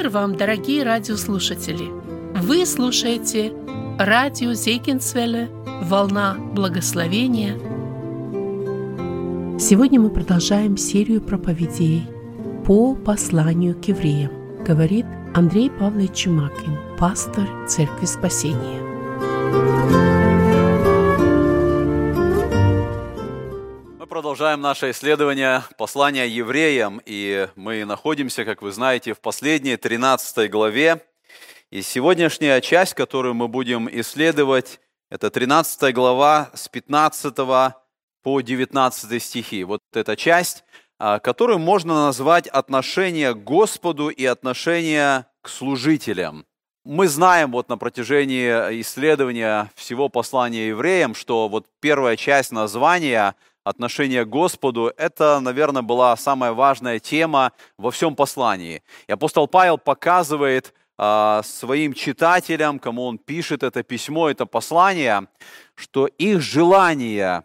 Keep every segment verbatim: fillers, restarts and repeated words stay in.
Мир вам, дорогие радиослушатели! Вы слушаете радио Зейгенсвелле «Волна благословения». Сегодня мы продолжаем серию проповедей по посланию к евреям, говорит Андрей Павлович Чумакин, пастор Церкви Спасения. Мы продолжаем наше исследование послания евреям, и мы находимся, как вы знаете, в последней тринадцатой главе. И сегодняшняя часть, которую мы будем исследовать, это тринадцатая глава с пятнадцатого по девятнадцатый стихи. Вот эта часть, которую можно назвать отношение к Господу и отношение к служителям. Мы знаем вот на протяжении исследования всего послания евреям, что вот первая часть названия отношение к Господу, это, наверное, была самая важная тема во всем послании. И апостол Павел показывает э, своим читателям, кому он пишет это письмо, это послание, что их желание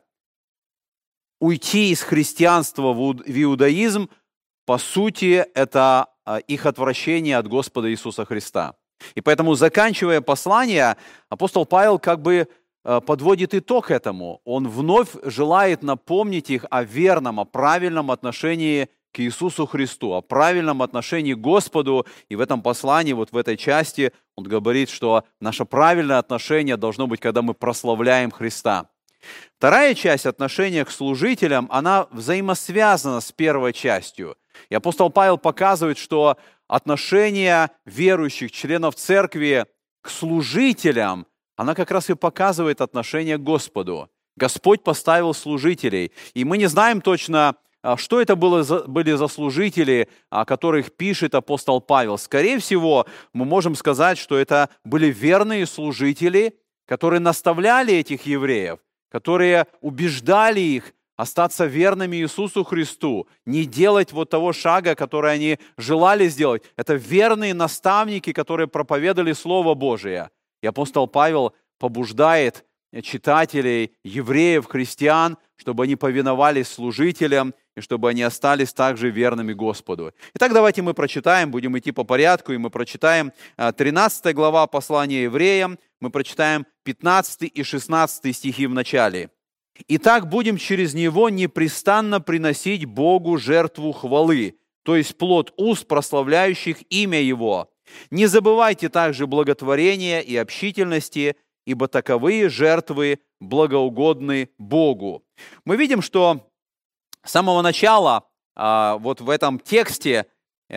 уйти из христианства в иудаизм, по сути, это э, их отвращение от Господа Иисуса Христа. И поэтому, заканчивая послание, апостол Павел как бы подводит итог этому. Он вновь желает напомнить их о верном, о правильном отношении к Иисусу Христу, о правильном отношении к Господу. И в этом послании, вот в этой части, он говорит, что наше правильное отношение должно быть, когда мы прославляем Христа. Вторая часть отношения к служителям, она взаимосвязана с первой частью. И апостол Павел показывает, что отношение верующих, членов церкви к служителям, она как раз и показывает отношение к Господу. Господь поставил служителей. И мы не знаем точно, что это было за, были за служители, о которых пишет апостол Павел. Скорее всего, мы можем сказать, что это были верные служители, которые наставляли этих евреев, которые убеждали их остаться верными Иисусу Христу, не делать вот того шага, который они желали сделать. Это верные наставники, которые проповедовали Слово Божие. И апостол Павел побуждает читателей, евреев, христиан, чтобы они повиновались служителям и чтобы они остались также верными Господу. Итак, давайте мы прочитаем, будем идти по порядку, и мы прочитаем тринадцатая глава послания евреям, мы прочитаем пятнадцатый и шестнадцатый стихи в начале. «Итак, будем через него непрестанно приносить Богу жертву хвалы, то есть плод уст, прославляющих имя Его. Не забывайте также благотворения и общительности, ибо таковые жертвы благоугодны Богу». Мы видим, что с самого начала вот в этом тексте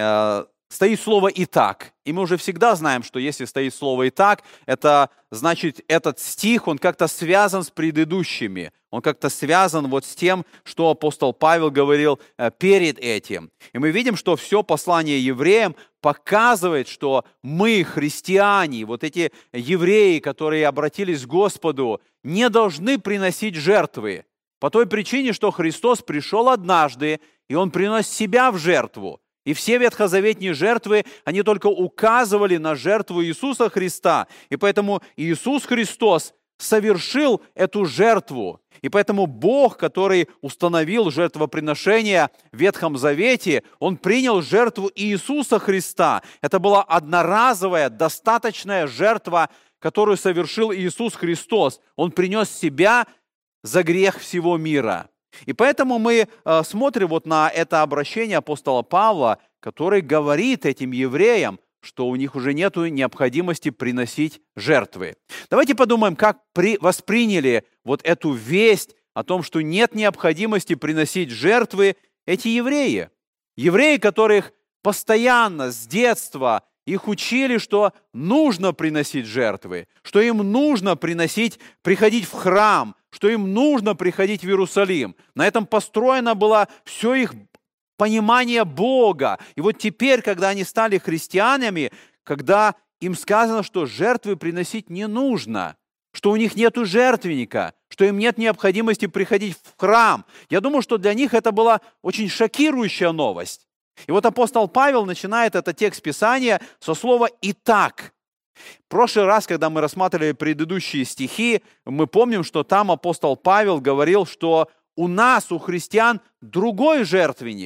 стоит слово «итак». И мы уже всегда знаем, что если стоит слово «итак», это значит, этот стих, он как-то связан с предыдущими. Он как-то связан вот с тем, что апостол Павел говорил перед этим. И мы видим, что все послание евреям показывает, что мы, христиане, вот эти евреи, которые обратились к Господу, не должны приносить жертвы. По той причине, что Христос пришел однажды, и Он приносит себя в жертву. И все ветхозаветные жертвы, они только указывали на жертву Иисуса Христа. И поэтому Иисус Христос совершил эту жертву. И поэтому Бог, который установил жертвоприношение в Ветхом Завете, Он принял жертву Иисуса Христа. Это была одноразовая, достаточная жертва, которую совершил Иисус Христос. Он принес себя за грех всего мира. И поэтому мы э, смотрим вот на это обращение апостола Павла, который говорит этим евреям, что у них уже нет необходимости приносить жертвы. Давайте подумаем, как при, восприняли вот эту весть о том, что нет необходимости приносить жертвы эти евреи. Евреи, которых постоянно с детства их учили, что нужно приносить жертвы, что им нужно приносить, приходить в храм, что им нужно приходить в Иерусалим. На этом построено было все их понимание Бога. И вот теперь, когда они стали христианами, когда им сказано, что жертвы приносить не нужно, что у них нет жертвенника, что им нет необходимости приходить в храм, я думаю, что для них это была очень шокирующая новость. И вот апостол Павел начинает этот текст Писания со слова «итак». В прошлый раз, когда мы рассматривали предыдущие стихи, мы помним, что там апостол Павел говорил, что у нас, у христиан, другой жертвенник.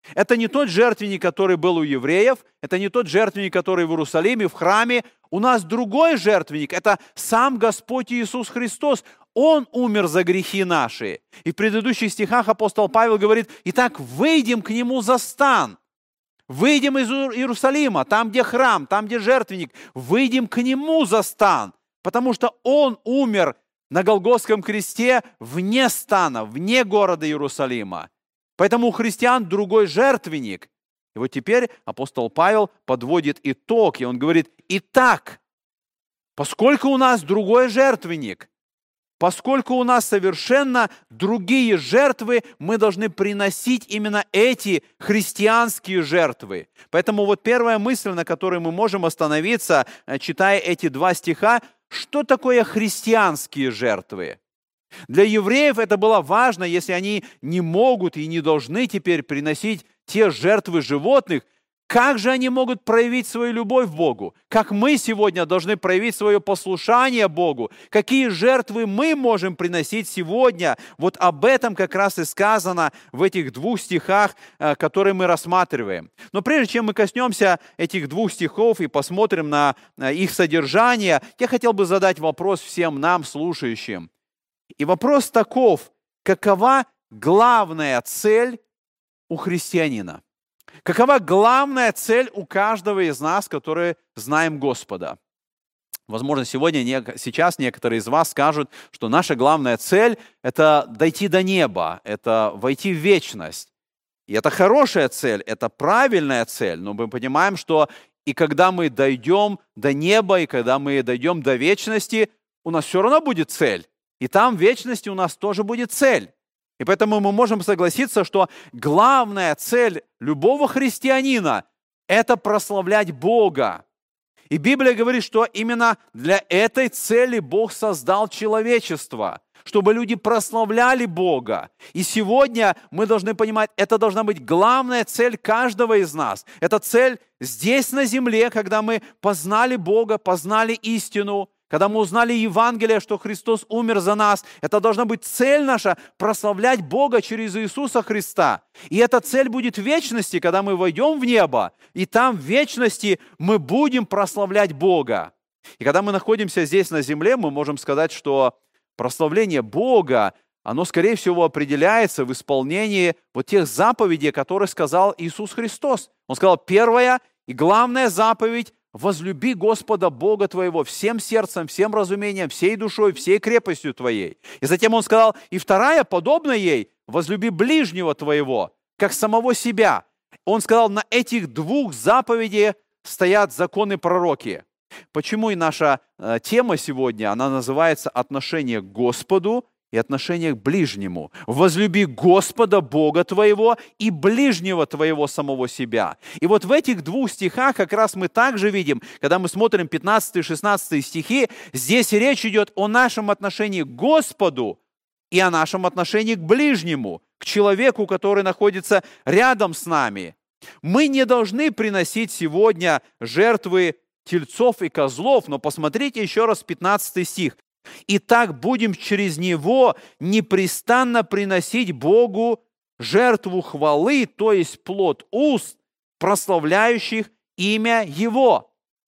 Это не тот жертвенник, который был у евреев, это не тот жертвенник, который в Иерусалиме, в храме. У нас другой жертвенник, это сам Господь Иисус Христос. Он умер за грехи наши. И в предыдущих стихах апостол Павел говорит: «Итак, выйдем к Нему за стан». Выйдем из Иерусалима, там, где храм, там, где жертвенник, выйдем к Нему за стан, потому что Он умер на Голгофском кресте вне стана, вне города Иерусалима. Поэтому у христиан другой жертвенник. И вот теперь апостол Павел подводит итог, и он говорит: «Итак, поскольку у нас другой жертвенник, поскольку у нас совершенно другие жертвы, мы должны приносить именно эти христианские жертвы». Поэтому вот первая мысль, на которой мы можем остановиться, читая эти два стиха: что такое христианские жертвы? Для евреев это было важно, если они не могут и не должны теперь приносить те жертвы животных. Как же они могут проявить свою любовь к Богу? Как мы сегодня должны проявить свое послушание Богу? Какие жертвы мы можем приносить сегодня? Вот об этом как раз и сказано в этих двух стихах, которые мы рассматриваем. Но прежде чем мы коснемся этих двух стихов и посмотрим на их содержание, я хотел бы задать вопрос всем нам, слушающим. И вопрос таков: какова главная цель у христианина? Какова главная цель у каждого из нас, которые знаем Господа? Возможно, сегодня, сейчас некоторые из вас скажут, что наша главная цель – это дойти до неба, это войти в вечность. И это хорошая цель, это правильная цель, но мы понимаем, что и когда мы дойдем до неба, и когда мы дойдем до вечности, у нас все равно будет цель. И там в вечности у нас тоже будет цель. И поэтому мы можем согласиться, что главная цель любого христианина – это прославлять Бога. И Библия говорит, что именно для этой цели Бог создал человечество, чтобы люди прославляли Бога. И сегодня мы должны понимать, это должна быть главная цель каждого из нас. Это цель здесь на земле, когда мы познали Бога, познали истину, когда мы узнали Евангелие, что Христос умер за нас. Это должна быть цель наша – прославлять Бога через Иисуса Христа. И эта цель будет в вечности, когда мы войдем в небо, и там в вечности мы будем прославлять Бога. И когда мы находимся здесь на земле, мы можем сказать, что прославление Бога, оно, скорее всего, определяется в исполнении вот тех заповедей, которые сказал Иисус Христос. Он сказал: первая и главная заповедь – возлюби Господа Бога твоего всем сердцем, всем разумением, всей душой, всей крепостью твоей. И затем он сказал: и вторая, подобная ей, возлюби ближнего твоего, как самого себя. Он сказал: на этих двух заповедях стоят законы пророки. Почему и наша э, тема сегодня, она называется «Отношение к Господу и отношение к ближнему». Возлюби Господа Бога твоего и ближнего твоего самого себя. И вот в этих двух стихах как раз мы также видим, когда мы смотрим пятнадцатый-шестнадцатый стихи, здесь речь идет о нашем отношении к Господу и о нашем отношении к ближнему, к человеку, который находится рядом с нами. Мы не должны приносить сегодня жертвы тельцов и козлов, но посмотрите еще раз пятнадцатый стих. «Итак, будем через него непрестанно приносить Богу жертву хвалы, то есть плод уст, прославляющих имя Его».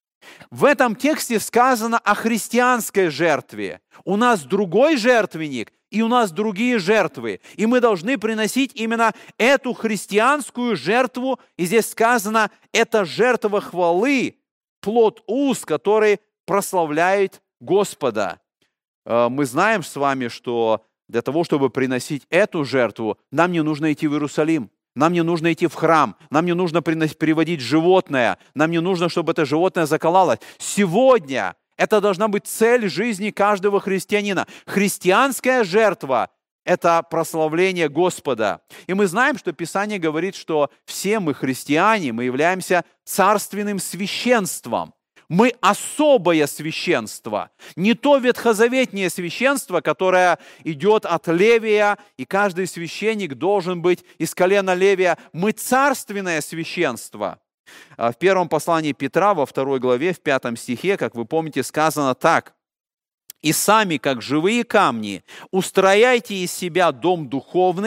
В этом тексте сказано о христианской жертве. У нас другой жертвенник, и у нас другие жертвы. И мы должны приносить именно эту христианскую жертву. И здесь сказано, это жертва хвалы, плод уст, который прославляет Господа. Мы знаем с вами, что для того, чтобы приносить эту жертву, нам не нужно идти в Иерусалим, нам не нужно идти в храм, нам не нужно приводить животное, нам не нужно, чтобы это животное закололось. Сегодня это должна быть цель жизни каждого христианина. Христианская жертва – это прославление Господа. И мы знаем, что Писание говорит, что все мы христиане, мы являемся царственным священством. Мы особое священство, не то ветхозаветнее священство, которое идет от Левия, и каждый священник должен быть из колена Левия. Мы царственное священство. В первом послании Петра, во второй главе, в пятом стихе, как вы помните, сказано так. «И сами, как живые камни, устрояйте из себя дом духовный,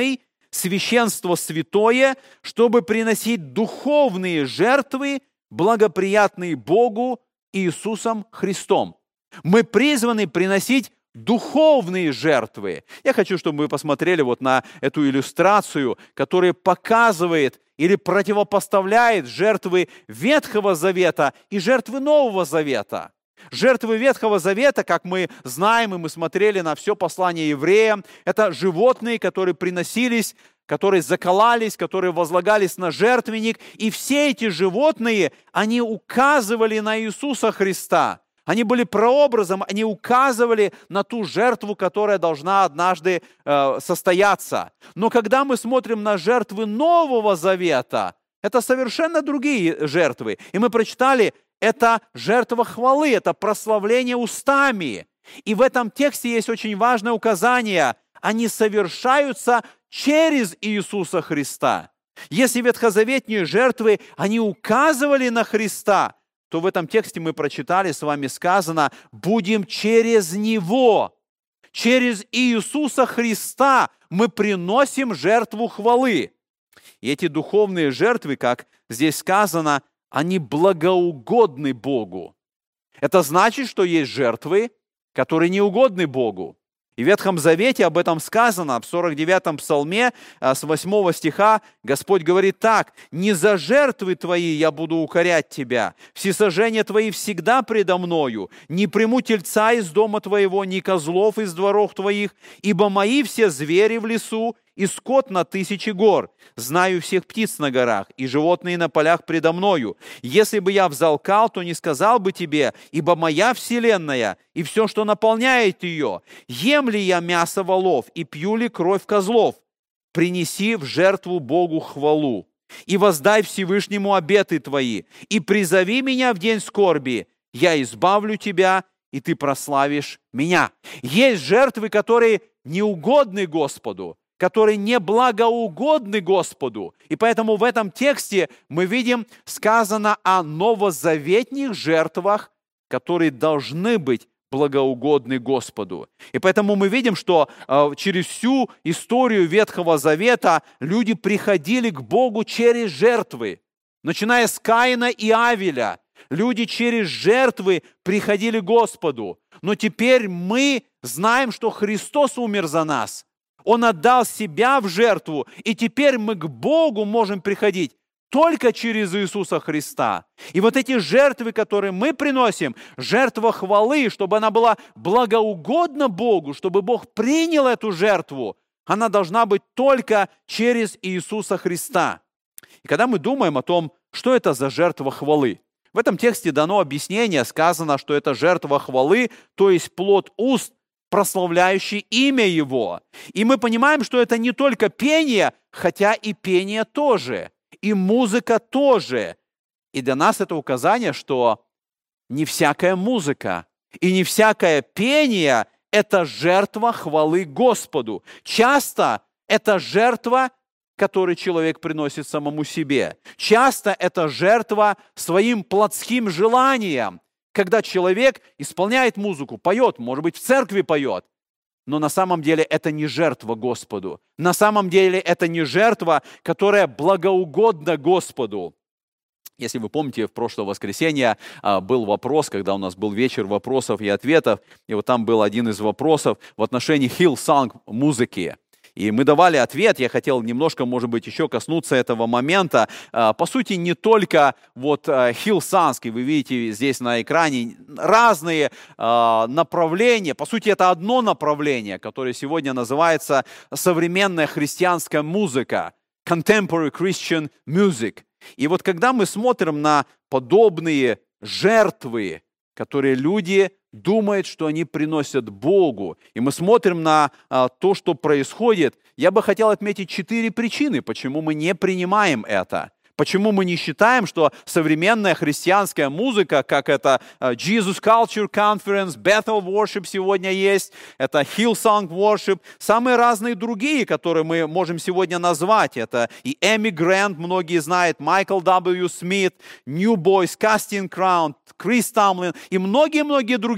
священство святое, чтобы приносить духовные жертвы, благоприятные Богу Иисусом Христом. Мы призваны приносить духовные жертвы. Я хочу, чтобы вы посмотрели вот на эту иллюстрацию, которая показывает или противопоставляет жертвы Ветхого Завета и жертвы Нового Завета. Жертвы Ветхого Завета, как мы знаем, и мы смотрели на все послание евреям, это животные, которые приносились, которые заколались, которые возлагались на жертвенник. И все эти животные, они указывали на Иисуса Христа. Они были прообразом, они указывали на ту жертву, которая должна однажды э, состояться. Но когда мы смотрим на жертвы Нового Завета, это совершенно другие жертвы. И мы прочитали, это жертва хвалы, это прославление устами. И в этом тексте есть очень важное указание. Они совершаются через Иисуса Христа. Если ветхозаветные жертвы, они указывали на Христа, то в этом тексте мы прочитали, с вами сказано, будем через Него, через Иисуса Христа мы приносим жертву хвалы. И эти духовные жертвы, как здесь сказано, они благоугодны Богу. Это значит, что есть жертвы, которые не угодны Богу. И в Ветхом Завете об этом сказано, в сорок девятом псалме, с восьмого стиха, Господь говорит так: «Не за жертвы твои я буду укорять тебя, всесожжения твои всегда предо мною, не приму тельца из дома твоего, ни козлов из дворов твоих, ибо мои все звери в лесу, и скот на тысячи гор. Знаю всех птиц на горах, и животные на полях предо мною. Если бы я взалкал, то не сказал бы тебе, ибо моя вселенная, и все, что наполняет ее. Ем ли я мясо волов, и пью ли кровь козлов? Принеси в жертву Богу хвалу, и воздай Всевышнему обеты твои, и призови меня в день скорби. Я избавлю тебя, и ты прославишь меня». Есть жертвы, которые неугодны Господу, которые не благоугодны Господу. И поэтому в этом тексте мы видим сказано о новозаветных жертвах, которые должны быть благоугодны Господу. И поэтому мы видим, что э, через всю историю Ветхого Завета люди приходили к Богу через жертвы. Начиная с Каина и Авеля, люди через жертвы приходили к Господу. Но теперь мы знаем, что Христос умер за нас. Он отдал себя в жертву, и теперь мы к Богу можем приходить только через Иисуса Христа. И вот эти жертвы, которые мы приносим, жертва хвалы, чтобы она была благоугодна Богу, чтобы Бог принял эту жертву, она должна быть только через Иисуса Христа. И когда мы думаем о том, что это за жертва хвалы, в этом тексте дано объяснение, сказано, что это жертва хвалы, то есть плод уст, прославляющий имя Его. И мы понимаем, что это не только пение, хотя и пение тоже, и музыка тоже. И для нас это указание, что не всякая музыка и не всякое пение – это жертва хвалы Господу. Часто это жертва, которую человек приносит самому себе. Часто это жертва своим плотским желаниям, когда человек исполняет музыку, поет, может быть, в церкви поет, но на самом деле это не жертва Господу. На самом деле это не жертва, которая благоугодна Господу. Если вы помните, в прошлое воскресенье был вопрос, когда у нас был вечер вопросов и ответов, и вот там был один из вопросов в отношении Hillsong музыки. И мы давали ответ, я хотел немножко, может быть, еще коснуться этого момента. По сути, не только вот Hillsong, вы видите здесь на экране разные направления. По сути, это одно направление, которое сегодня называется современная христианская музыка, Contemporary Christian Music. И вот когда мы смотрим на подобные жертвы, которые люди думают, что они приносят Богу, и мы смотрим на а, то, что происходит, я бы хотел отметить четыре причины, почему мы не принимаем это. Почему мы не считаем, что современная христианская музыка, как это Jesus Culture Conference, Bethel Worship сегодня есть, это Hillsong Worship, самые разные другие, которые мы можем сегодня назвать, это и Эми Грант, многие знают, Майкл дабл ю. Смит, New Boys, Casting Crown, Крис Тамлин и многие-многие другие.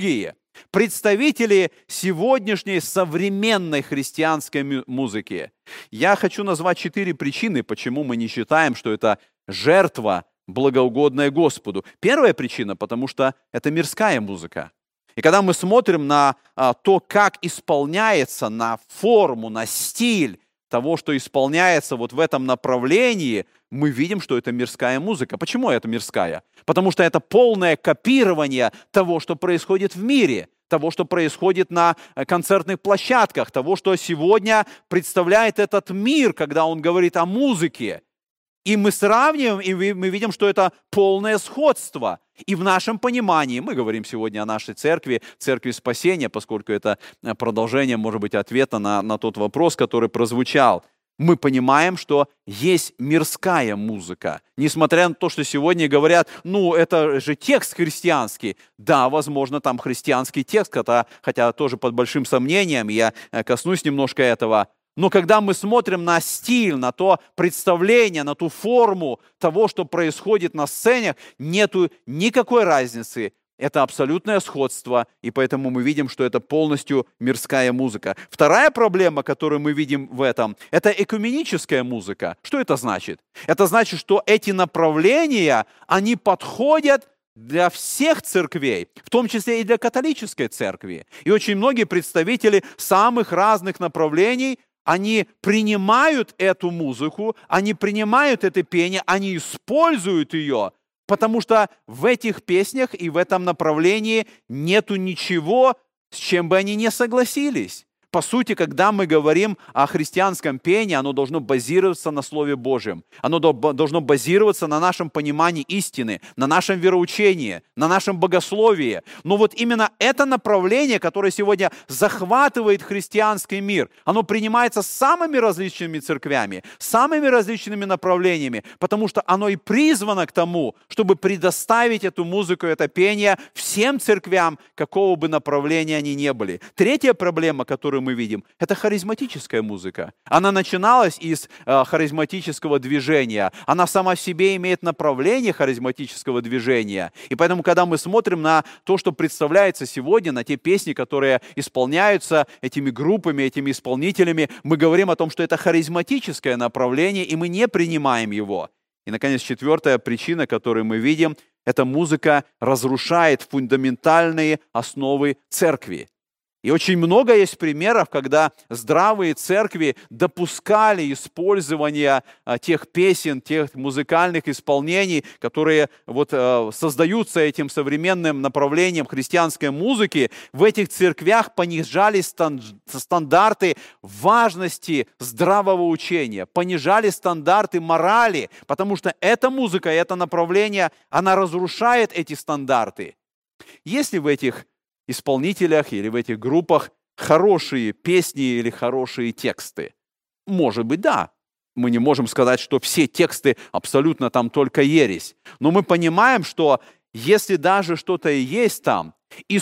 представители сегодняшней современной христианской мю- музыки. Я хочу назвать четыре причины, почему мы не считаем, что это жертва, благоугодная Господу. Первая причина, потому что это мирская музыка. И когда мы смотрим на а, то, как исполняется, на форму, на стиль того, что исполняется вот в этом направлении, мы видим, что это мирская музыка. Почему это мирская? Потому что это полное копирование того, что происходит в мире, того, что происходит на концертных площадках, того, что сегодня представляет этот мир, когда он говорит о музыке. И мы сравниваем, и мы видим, что это полное сходство. И в нашем понимании, мы говорим сегодня о нашей церкви, церкви спасения, поскольку это продолжение, может быть, ответа на, на тот вопрос, который прозвучал. Мы понимаем, что есть мирская музыка. Несмотря на то, что сегодня говорят, ну, это же текст христианский. Да, возможно, там христианский текст, хотя, хотя тоже под большим сомнением, я коснусь немножко этого. Но когда мы смотрим на стиль, на то представление, на ту форму того, что происходит на сцене, нету никакой разницы. Это абсолютное сходство, и поэтому мы видим, что это полностью мирская музыка. Вторая проблема, которую мы видим в этом, это экуменическая музыка. Что это значит? Это значит, что эти направления, они подходят для всех церквей, в том числе и для католической церкви. И очень многие представители самых разных направлений, они принимают эту музыку, они принимают это пение, они используют ее, потому что в этих песнях и в этом направлении нету ничего, с чем бы они не согласились. По сути, когда мы говорим о христианском пении, оно должно базироваться на Слове Божьем. Оно должно базироваться на нашем понимании истины, на нашем вероучении, на нашем богословии. Но вот именно это направление, которое сегодня захватывает христианский мир, оно принимается самыми различными церквями, самыми различными направлениями, потому что оно и призвано к тому, чтобы предоставить эту музыку, это пение всем церквям, какого бы направления они ни были. Третья проблема, которую мы видим, это харизматическая музыка. Она начиналась из э, харизматического движения. Она сама в себе имеет направление харизматического движения. И поэтому, когда мы смотрим на то, что представляется сегодня, на те песни, которые исполняются этими группами, этими исполнителями, мы говорим о том, что это харизматическое направление, и мы не принимаем его. И, наконец, четвертая причина, которую мы видим, эта музыка разрушает фундаментальные основы церкви. И очень много есть примеров, когда здравые церкви допускали использование а, тех песен, тех музыкальных исполнений, которые вот, а, создаются этим современным направлением христианской музыки. В этих церквях понижались стан- стандарты важности здравого учения, понижали стандарты морали, потому что эта музыка, это направление, она разрушает эти стандарты. Если в этих исполнителях или в этих группах хорошие песни или хорошие тексты? Может быть, да. Мы не можем сказать, что все тексты абсолютно там только ересь. Но мы понимаем, что если даже что-то и есть там,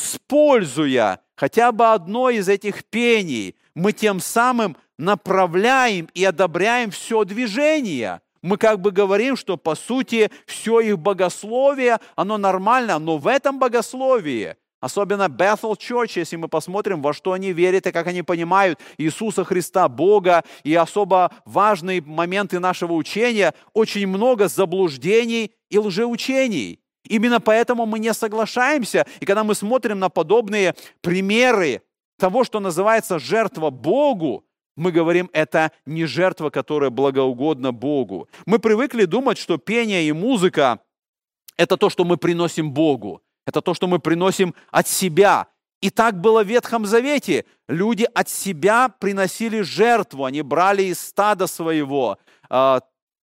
используя хотя бы одно из этих пений, мы тем самым направляем и одобряем все движение. Мы как бы говорим, что по сути все их богословие, оно нормально, но в этом богословии, особенно Bethel Church, если мы посмотрим, во что они верят и как они понимают Иисуса Христа, Бога, и особо важные моменты нашего учения, очень много заблуждений и лжеучений. Именно поэтому мы не соглашаемся. И когда мы смотрим на подобные примеры того, что называется жертва Богу, мы говорим, это не жертва, которая благоугодна Богу. Мы привыкли думать, что пение и музыка – это то, что мы приносим Богу. Это то, что мы приносим от себя. И так было в Ветхом Завете. Люди от себя приносили жертву. Они брали из стада своего э,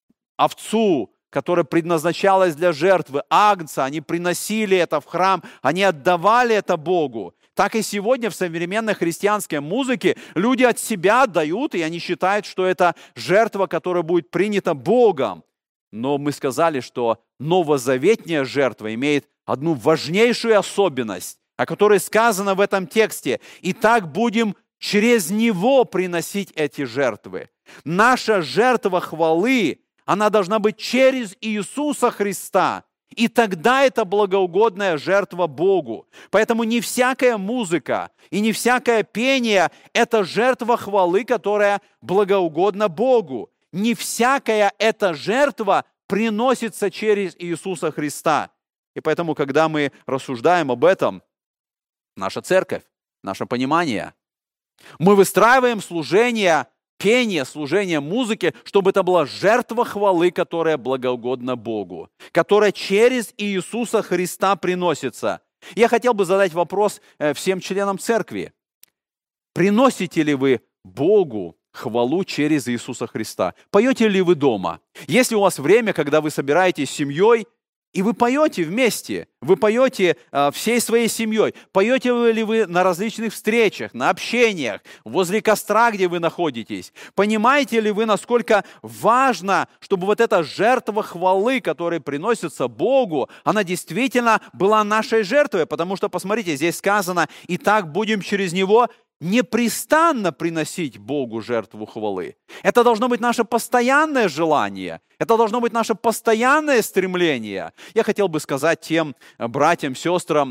овцу, которая предназначалась для жертвы, агнца. Они приносили это в храм, они отдавали это Богу. Так и сегодня в современной христианской музыке люди от себя отдают, и они считают, что это жертва, которая будет принята Богом. Но мы сказали, что новозаветная жертва имеет одну важнейшую особенность, о которой сказано в этом тексте. И так будем через Него приносить эти жертвы. Наша жертва хвалы, она должна быть через Иисуса Христа. И тогда это благоугодная жертва Богу. Поэтому не всякая музыка и не всякое пение – это жертва хвалы, которая благоугодна Богу. Не всякая эта жертва приносится через Иисуса Христа. И поэтому, когда мы рассуждаем об этом, наша церковь, наше понимание, мы выстраиваем служение, пение, служение музыки, чтобы это была жертва хвалы, которая благоугодна Богу, которая через Иисуса Христа приносится. Я хотел бы задать вопрос всем членам церкви. Приносите ли вы Богу хвалу через Иисуса Христа? Поете ли вы дома? Есть ли у вас время, когда вы собираетесь с семьей, и вы поете вместе, вы поете э, всей своей семьей. Поете ли вы на различных встречах, на общениях, возле костра, где вы находитесь? Понимаете ли вы, насколько важно, чтобы вот эта жертва хвалы, которая приносится Богу, она действительно была нашей жертвой? Потому что, посмотрите, здесь сказано, «И так будем через Него непрестанно приносить Богу жертву хвалы». Это должно быть наше постоянное желание, это должно быть наше постоянное стремление. Я хотел бы сказать тем братьям, сестрам,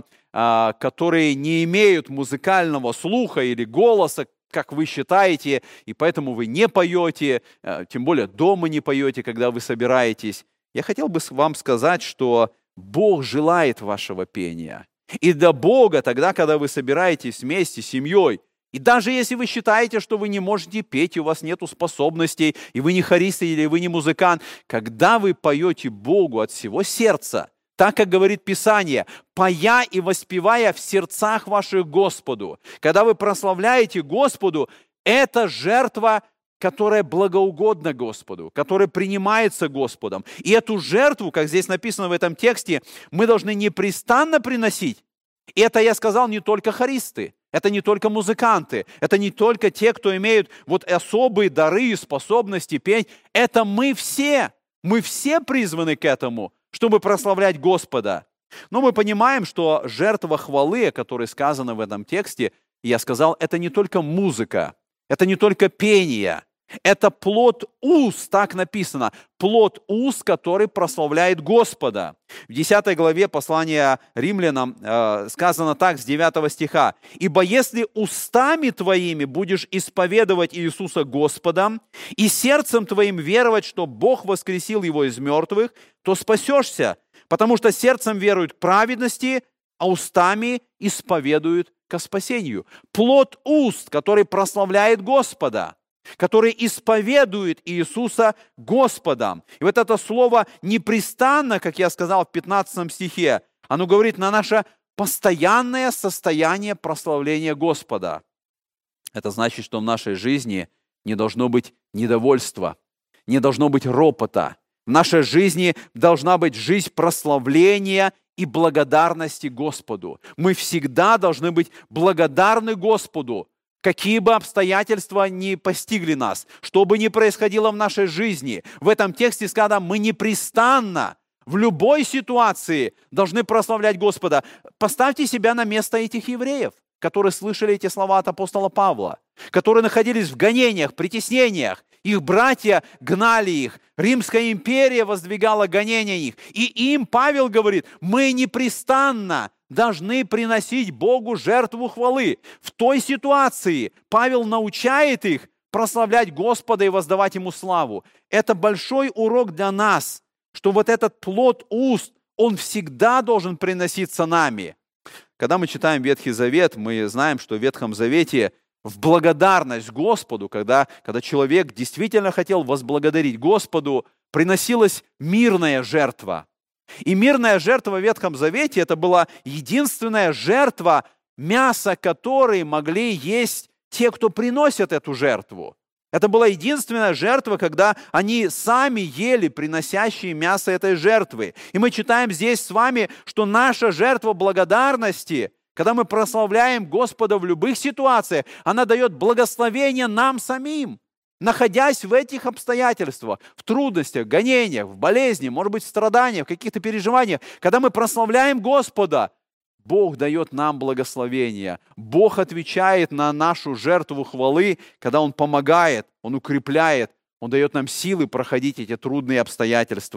которые не имеют музыкального слуха или голоса, как вы считаете, и поэтому вы не поете, тем более дома не поете, когда вы собираетесь. Я хотел бы вам сказать, что Бог желает вашего пения. И до Бога тогда, когда вы собираетесь вместе с семьей, и даже если вы считаете, что вы не можете петь, и у вас нет способностей, и вы не хорист или вы не музыкант, когда вы поете Богу от всего сердца, так как говорит Писание, «Поя и воспевая в сердцах ваших Господу», когда вы прославляете Господу, это жертва, которая благоугодна Господу, которая принимается Господом. И эту жертву, как здесь написано в этом тексте, мы должны непрестанно приносить. И это, я сказал, не только хористы, это не только музыканты, это не только те, кто имеют вот особые дары и способности петь. Это мы все, мы все призваны к этому, чтобы прославлять Господа. Но мы понимаем, что жертва хвалы, о которой сказано в этом тексте, я сказал, это не только музыка, это не только пение, это плод уст, так написано, плод уст, который прославляет Господа. В десятой главе послания римлянам э, сказано так, с девятого стиха. «Ибо если устами твоими будешь исповедовать Иисуса Господом и сердцем твоим веровать, что Бог воскресил Его из мертвых, то спасешься, потому что сердцем веруют к праведности, а устами исповедуют ко спасению». Плод уст, который прославляет Господа, который исповедует Иисуса Господом. И вот это слово непрестанно, как я сказал в пятнадцатом стихе, оно говорит на наше постоянное состояние прославления Господа. Это значит, что в нашей жизни не должно быть недовольства, не должно быть ропота. В нашей жизни должна быть жизнь прославления и благодарности Господу. Мы всегда должны быть благодарны Господу, какие бы обстоятельства ни постигли нас, что бы ни происходило в нашей жизни. В этом тексте сказано, мы непрестанно, в любой ситуации должны прославлять Господа. Поставьте себя на место этих евреев, которые слышали эти слова от апостола Павла, которые находились в гонениях, притеснениях. Их братья гнали их, Римская империя воздвигала гонения на них. И им Павел говорит, мы непрестанно должны приносить Богу жертву хвалы. В той ситуации Павел научает их прославлять Господа и воздавать Ему славу. Это большой урок для нас, что вот этот плод уст, он всегда должен приноситься нами. Когда мы читаем Ветхий Завет, мы знаем, что в Ветхом Завете в благодарность Господу, когда, когда человек действительно хотел возблагодарить Господу, приносилась мирная жертва. И мирная жертва в Ветхом Завете – это была единственная жертва, мясо которой могли есть те, кто приносят эту жертву. Это была единственная жертва, когда они сами ели приносящие мясо этой жертвы. И мы читаем здесь с вами, что наша жертва благодарности, когда мы прославляем Господа в любых ситуациях, она дает благословение нам самим. Находясь в этих обстоятельствах, в трудностях, гонениях, в болезни, может быть, в страданиях, в каких-то переживаниях, когда мы прославляем Господа, Бог дает нам благословение. Бог отвечает на нашу жертву хвалы, когда Он помогает, Он укрепляет, Он дает нам силы проходить эти трудные обстоятельства.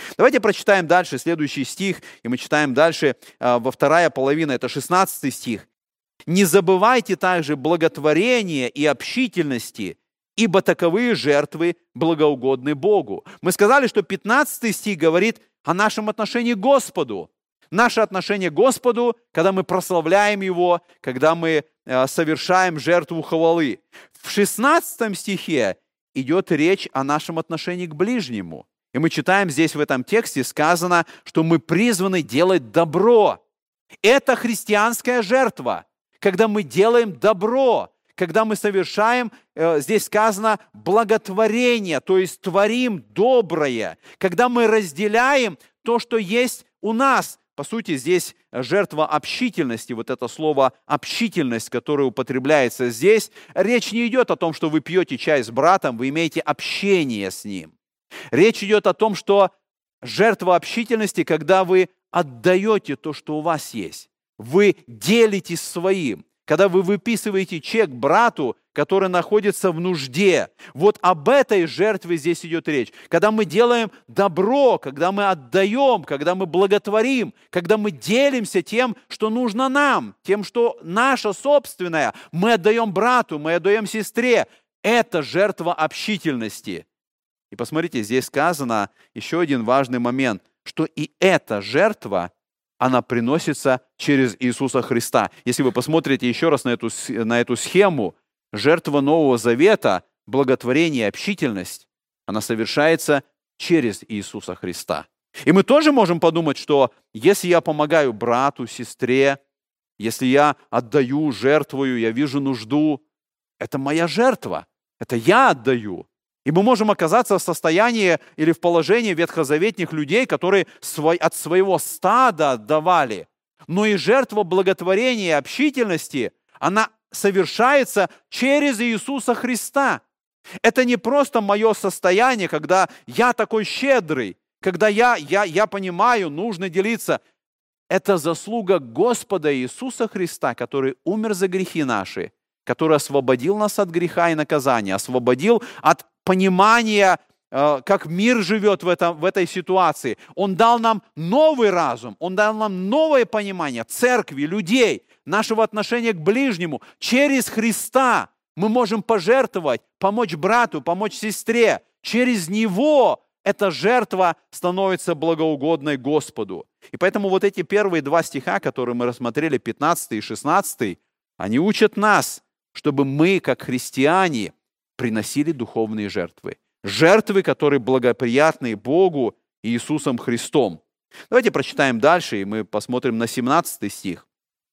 Давайте прочитаем дальше следующий стих, и мы читаем дальше во вторая половина, это шестнадцатый стих. «Не забывайте также благотворения и общительности, ибо таковые жертвы благоугодны Богу». Мы сказали, что пятнадцатый стих говорит о нашем отношении к Господу. Наше отношение к Господу, когда мы прославляем Его, когда мы совершаем жертву хвалы. В шестнадцатом стихе идет речь о нашем отношении к ближнему. И мы читаем здесь в этом тексте, сказано, что мы призваны делать добро. Это христианская жертва, когда мы делаем добро, когда мы совершаем, здесь сказано, благотворение, то есть творим доброе, когда мы разделяем то, что есть у нас. По сути, здесь жертва общительности, вот это слово «общительность», которое употребляется здесь, речь не идет о том, что вы пьете чай с братом, вы имеете общение с ним. Речь идет о том, что жертва общительности, когда вы отдаете то, что у вас есть, вы делитесь своим. Когда вы выписываете чек брату, который находится в нужде. Вот об этой жертве здесь идет речь. Когда мы делаем добро, когда мы отдаем, когда мы благотворим, когда мы делимся тем, что нужно нам, тем, что наше собственное, мы отдаем брату, мы отдаем сестре. Это жертва общительности. И посмотрите, здесь сказано еще один важный момент, что и эта жертва, она приносится через Иисуса Христа. Если вы посмотрите еще раз на эту, на эту схему, жертва Нового Завета, благотворение, общительность, она совершается через Иисуса Христа. И мы тоже можем подумать, что если я помогаю брату, сестре, если я отдаю, жертвую, я вижу нужду, это моя жертва, это я отдаю. И мы можем оказаться в состоянии или в положении ветхозаветных людей, которые от своего стада отдавали. Но и жертва благотворения и общительности, она совершается через Иисуса Христа. Это не просто мое состояние, когда я такой щедрый, когда я, я, я понимаю, нужно делиться. Это заслуга Господа Иисуса Христа, который умер за грехи наши, который освободил нас от греха и наказания, освободил от понимания, как мир живет в, этом, в этой ситуации. Он дал нам новый разум, Он дал нам новое понимание церкви, людей, нашего отношения к ближнему. Через Христа мы можем пожертвовать, помочь брату, помочь сестре. Через Него эта жертва становится благоугодной Господу. И поэтому вот эти первые два стиха, которые мы рассмотрели, пятнадцатый и шестнадцатый, они учат нас, чтобы мы, как христиане, приносили духовные жертвы. Жертвы, которые благоприятны Богу и Иисусом Христом. Давайте прочитаем дальше, и мы посмотрим на семнадцатый стих.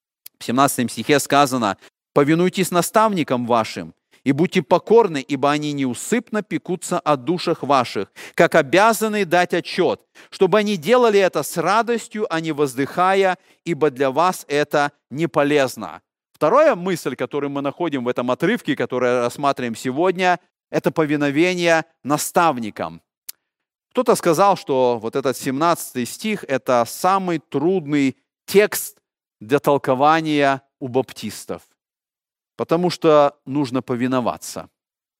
В семнадцатом стихе сказано: «Повинуйтесь наставникам вашим, и будьте покорны, ибо они неусыпно пекутся о душах ваших, как обязаны дать отчет, чтобы они делали это с радостью, а не воздыхая, ибо для вас это не полезно». Вторая мысль, которую мы находим в этом отрывке, который рассматриваем сегодня, это повиновение наставникам. Кто-то сказал, что вот этот семнадцатый стих – это самый трудный текст для толкования у баптистов, потому что нужно повиноваться.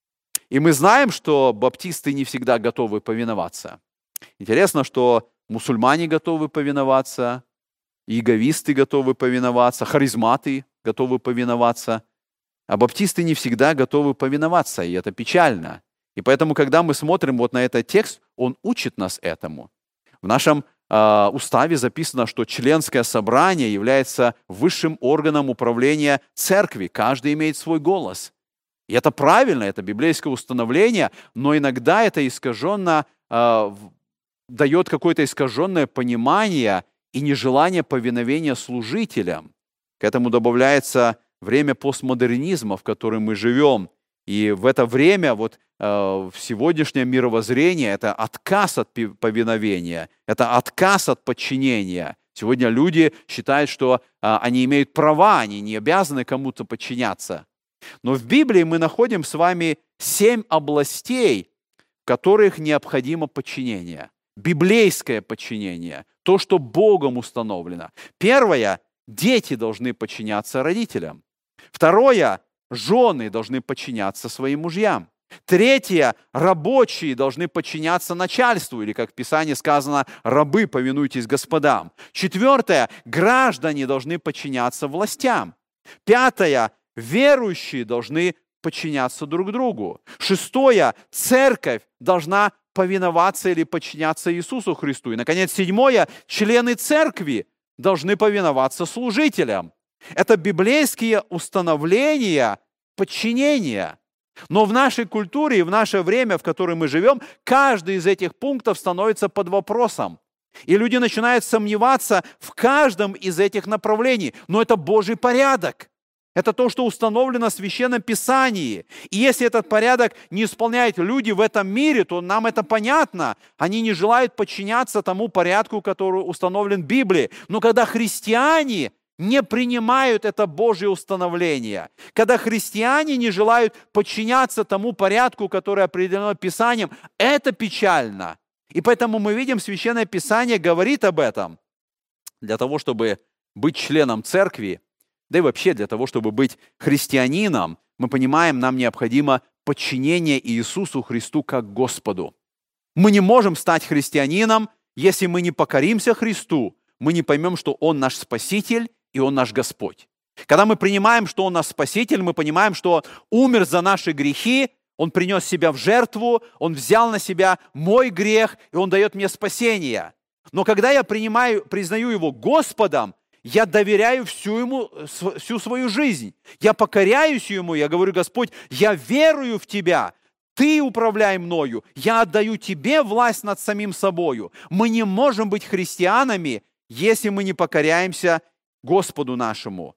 И мы знаем, что баптисты не всегда готовы повиноваться. Интересно, что мусульмане готовы повиноваться, иеговисты готовы повиноваться, харизматы готовы повиноваться, а баптисты не всегда готовы повиноваться, и это печально. И поэтому, когда мы смотрим вот на этот текст, он учит нас этому. В нашем э, уставе записано, что членское собрание является высшим органом управления церкви. Каждый имеет свой голос. И это правильно, это библейское установление, но иногда это искаженно э, дает какое-то искаженное понимание и нежелание повиновения служителям. К этому добавляется время постмодернизма, в котором мы живем. И в это время, вот э, в сегодняшнее мировоззрение, это отказ от повиновения, это отказ от подчинения. Сегодня люди считают, что э, они имеют права, они не обязаны кому-то подчиняться. Но в Библии мы находим с вами семь областей, в которых необходимо подчинение. Библейское подчинение, то, что Богом установлено. Первое – дети должны подчиняться родителям. Второе – жены должны подчиняться своим мужьям. Третье, рабочие должны подчиняться начальству, или, как в Писании сказано, рабы, повинуйтесь господам. Четвертое, граждане должны подчиняться властям. Пятое, верующие должны подчиняться друг другу. Шестое, церковь должна повиноваться или подчиняться Иисусу Христу. И, наконец, седьмое, члены церкви должны повиноваться служителям. Это библейские установления подчинения. Но в нашей культуре и в наше время, в котором мы живем, каждый из этих пунктов становится под вопросом. И люди начинают сомневаться в каждом из этих направлений. Но это Божий порядок. Это то, что установлено в Священном Писании. И если этот порядок не исполняют люди в этом мире, то нам это понятно. Они не желают подчиняться тому порядку, который установлен в Библии. Но когда христиане не принимают это Божье установление, когда христиане не желают подчиняться тому порядку, который определено Писанием, это печально. И поэтому мы видим, Священное Писание говорит об этом. Для того, чтобы быть членом церкви, да и вообще для того, чтобы быть христианином, мы понимаем, нам необходимо подчинение Иисусу Христу как Господу. Мы не можем стать христианином, если мы не покоримся Христу, мы не поймем, что Он наш Спаситель и Он наш Господь. Когда мы принимаем, что Он наш Спаситель, мы понимаем, что умер за наши грехи, Он принес себя в жертву, Он взял на себя мой грех, и Он дает мне спасение. Но когда я принимаю, признаю Его Господом, я доверяю всю Ему, всю свою жизнь. Я покоряюсь Ему, я говорю: Господь, я верую в Тебя, Ты управляй мною, я отдаю Тебе власть над самим собою. Мы не можем быть христианами, если мы не покоряемся Господу нашему.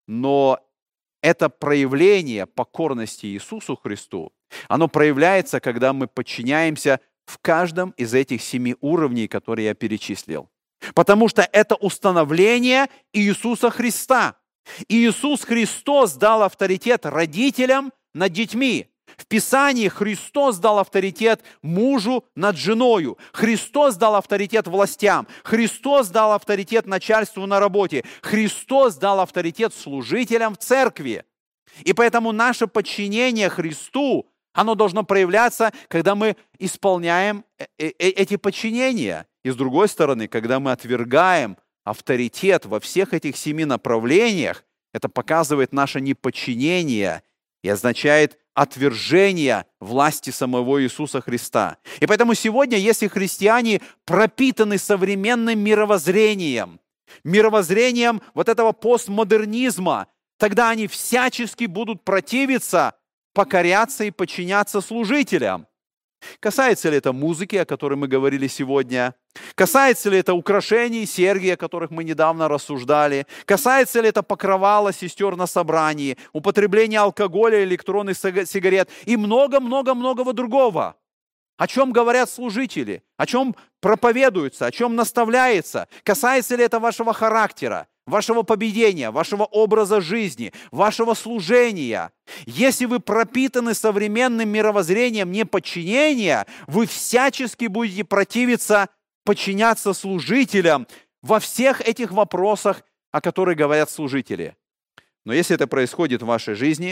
Но это проявление покорности Иисусу Христу, оно проявляется, когда мы подчиняемся в каждом из этих семи уровней, которые я перечислил. Потому что это установление Иисуса Христа. Иисус Христос дал авторитет родителям над детьми. В Писании Христос дал авторитет мужу над женою. Христос дал авторитет властям. Христос дал авторитет начальству на работе. Христос дал авторитет служителям в церкви. И поэтому наше подчинение Христу, оно должно проявляться, когда мы исполняем эти подчинения. И с другой стороны, когда мы отвергаем авторитет во всех этих семи направлениях, это показывает наше неподчинение и означает отвержение власти самого Иисуса Христа. И поэтому сегодня, если христиане пропитаны современным мировоззрением, мировоззрением вот этого постмодернизма, тогда они всячески будут противиться, покоряться и подчиняться служителям. Касается ли это музыки, о которой мы говорили сегодня? Касается ли это украшений, серьги, о которых мы недавно рассуждали? Касается ли это покрывала сестер на собрании, употребления алкоголя, электронных сигарет и много-много-многого другого? О чем говорят служители? О чем проповедуется? О чем наставляется? Касается ли это вашего характера, вашего поведения, вашего образа жизни, вашего служения? Если вы пропитаны современным мировоззрением неподчинения, вы всячески будете противиться подчиняться служителям во всех этих вопросах, о которых говорят служители. Но если это происходит в вашей жизни,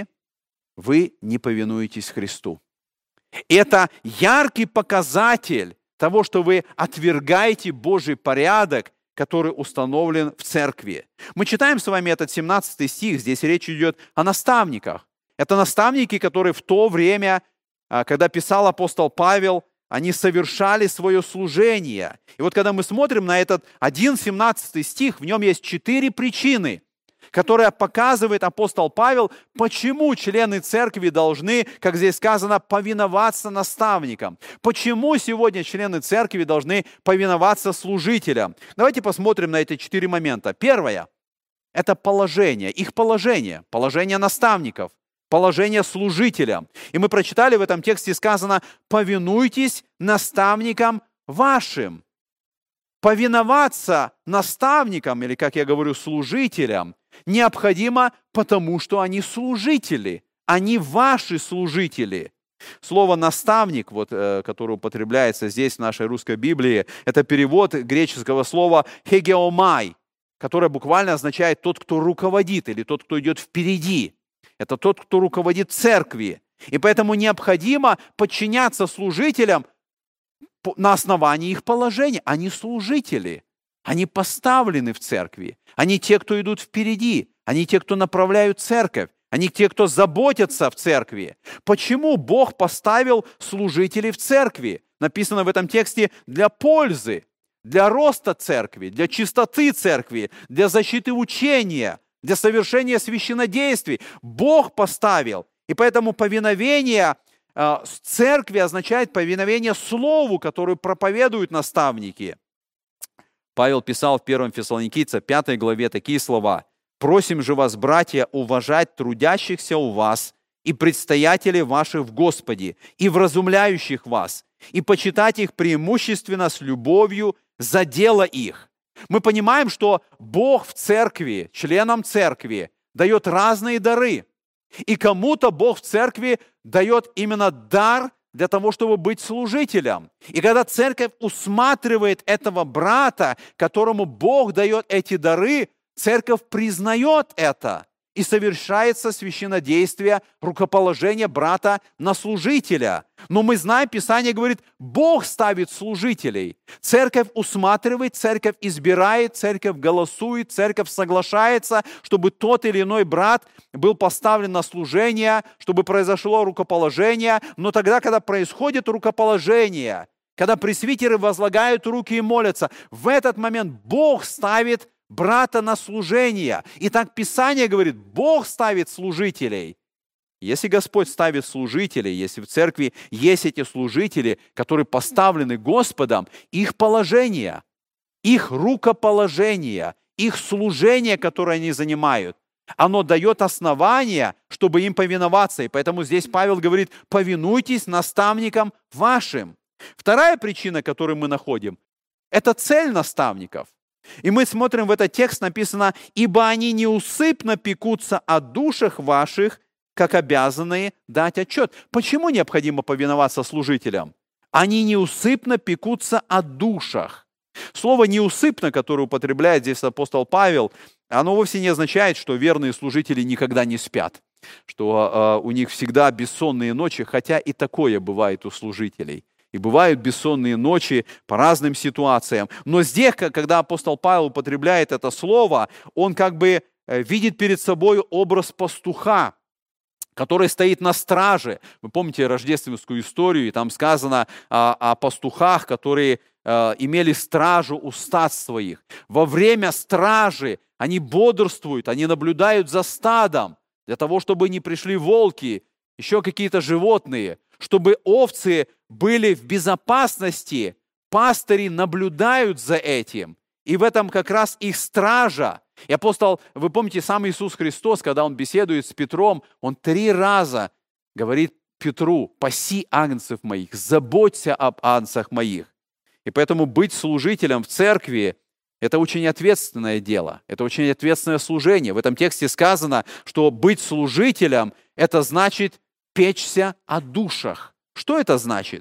вы не повинуетесь Христу. И это яркий показатель того, что вы отвергаете Божий порядок, который установлен в церкви. Мы читаем с вами этот семнадцатый стих, здесь речь идет о наставниках. Это наставники, которые в то время, когда писал апостол Павел, они совершали свое служение. И вот когда мы смотрим на этот один семнадцатый стих, в нем есть четыре причины, которые показывает апостол Павел, почему члены церкви должны, как здесь сказано, повиноваться наставникам. Почему сегодня члены церкви должны повиноваться служителям. Давайте посмотрим на эти четыре момента. Первое – это положение, их положение, положение наставников, положение служителям. И мы прочитали в этом тексте сказано: «Повинуйтесь наставникам вашим». Повиноваться наставникам, или, как я говорю, служителям, необходимо, потому что они служители, они ваши служители. Слово «наставник», вот, которое употребляется здесь в нашей русской Библии, это перевод греческого слова «хегеомай», которое буквально означает «тот, кто руководит» или «тот, кто идет впереди». Это тот, кто руководит церкви. И поэтому необходимо подчиняться служителям на основании их положения. Они служители, они поставлены в церкви, они те, кто идут впереди, они те, кто направляют церковь, они те, кто заботятся в церкви. Почему Бог поставил служителей в церкви? Написано в этом тексте для пользы, для роста церкви, для чистоты церкви, для защиты учения, для совершения священнодействий. Бог поставил. И поэтому повиновение э, церкви означает повиновение слову, которое проповедуют наставники. Павел писал в первом Фессалоникийцам пятой главе такие слова: «Просим же вас, братья, уважать трудящихся у вас и предстоятелей ваших в Господе, и вразумляющих вас, и почитать их преимущественно с любовью за дело их». Мы понимаем, что Бог в церкви, членам церкви, дает разные дары. И кому-то Бог в церкви дает именно дар для того, чтобы быть служителем. И когда церковь усматривает этого брата, которому Бог дает эти дары, церковь признает это, и совершается священнодействие, рукоположение брата на служителя. Но мы знаем, Писание говорит, Бог ставит служителей. Церковь усматривает, церковь избирает, церковь голосует, церковь соглашается, чтобы тот или иной брат был поставлен на служение, чтобы произошло рукоположение. Но тогда, когда происходит рукоположение, когда пресвитеры возлагают руки и молятся, в этот момент Бог ставит брата на служение. Итак, Писание говорит, Бог ставит служителей. Если Господь ставит служителей, если в церкви есть эти служители, которые поставлены Господом, их положение, их рукоположение, их служение, которое они занимают, оно дает основания, чтобы им повиноваться. И поэтому здесь Павел говорит, повинуйтесь наставникам вашим. Вторая причина, которую мы находим, это цель наставников. И мы смотрим в этот текст, написано, «Ибо они неусыпно пекутся о душах ваших, как обязанные дать отчет». Почему необходимо повиноваться служителям? Они неусыпно пекутся о душах. Слово «неусыпно», которое употребляет здесь апостол Павел, оно вовсе не означает, что верные служители никогда не спят, что э, у них всегда бессонные ночи, хотя и такое бывает у служителей. И бывают бессонные ночи по разным ситуациям. Но здесь, когда апостол Павел употребляет это слово, он как бы видит перед собой образ пастуха, который стоит на страже. Вы помните рождественскую историю, и там сказано о, о пастухах, которые э, имели стражу у стад своих. Во время стражи они бодрствуют, они наблюдают за стадом, для того, чтобы не пришли волки, еще какие-то животные, чтобы овцы были в безопасности. Пастыри наблюдают за этим. И в этом как раз их стража. И апостол, вы помните, сам Иисус Христос, когда Он беседует с Петром, Он три раза говорит Петру: «Паси агнцев моих, заботься об агнцах моих». И поэтому быть служителем в церкви – это очень ответственное дело, это очень ответственное служение. В этом тексте сказано, что быть служителем – это значит печься о душах. Что это значит?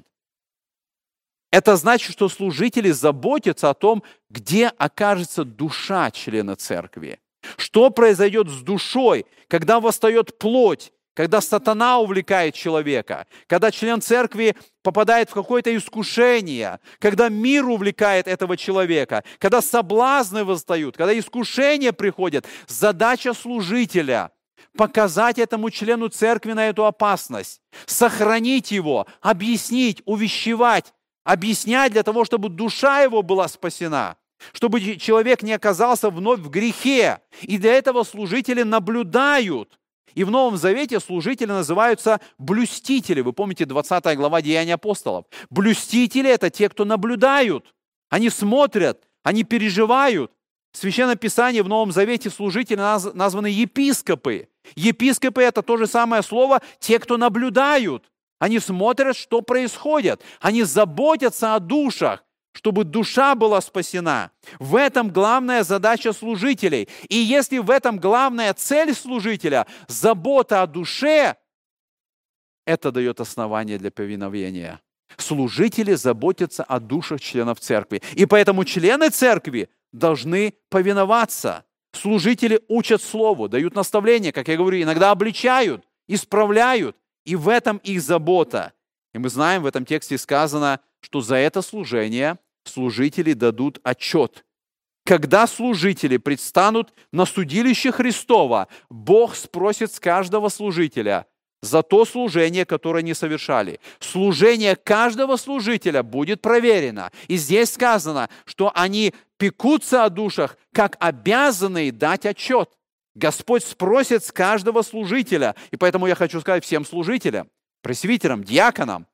Это значит, что служители заботятся о том, где окажется душа члена церкви. Что произойдет с душой, когда восстает плоть, когда сатана увлекает человека, когда член церкви попадает в какое-то искушение, когда мир увлекает этого человека, когда соблазны восстают, когда искушения приходят. Задача служителя – показать этому члену церкви на эту опасность, сохранить его, объяснить, увещевать, объяснять для того, чтобы душа его была спасена, чтобы человек не оказался вновь в грехе. И для этого служители наблюдают. И в Новом Завете служители называются блюстители. Вы помните двадцатая глава Деяний апостолов. Блюстители – это те, кто наблюдают. Они смотрят, они переживают. В Священном Писании в Новом Завете служители названы епископы. Епископы – это то же самое слово «те, кто наблюдают». Они смотрят, что происходит. Они заботятся о душах, чтобы душа была спасена. В этом главная задача служителей. И если в этом главная цель служителя – забота о душе, это дает основание для повиновения. Служители заботятся о душах членов церкви. И поэтому члены церкви должны повиноваться. Служители учат слову, дают наставления, как я говорю, иногда обличают, исправляют. и в этом их забота. И мы знаем, в этом тексте сказано, что за это служение служители дадут отчет. Когда служители предстанут на судилище Христова, Бог спросит с каждого служителя за то служение, которое они совершали. Служение каждого служителя будет проверено. И здесь сказано, что они пекутся о душах, как обязанные дать отчет. Господь спросит с каждого служителя. И поэтому я хочу сказать всем служителям, пресвитерам, диаконам,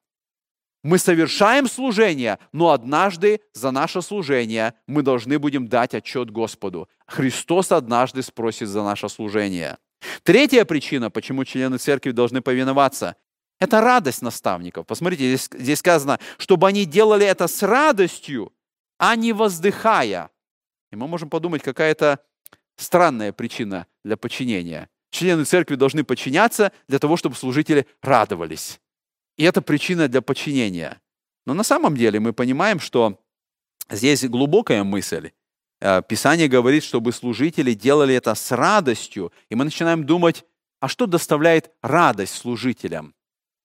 мы совершаем служение, но однажды за наше служение мы должны будем дать отчет Господу. Христос однажды спросит за наше служение. Третья причина, почему члены церкви должны повиноваться, это радость наставников. Посмотрите, здесь, здесь сказано, чтобы они делали это с радостью, а не воздыхая. И мы можем подумать, какая-то странная причина для подчинения. Члены церкви должны подчиняться для того, чтобы служители радовались. И это причина для подчинения. Но на самом деле мы понимаем, что здесь глубокая мысль. Писание говорит, чтобы служители делали это с радостью. И мы начинаем думать, а что доставляет радость служителям?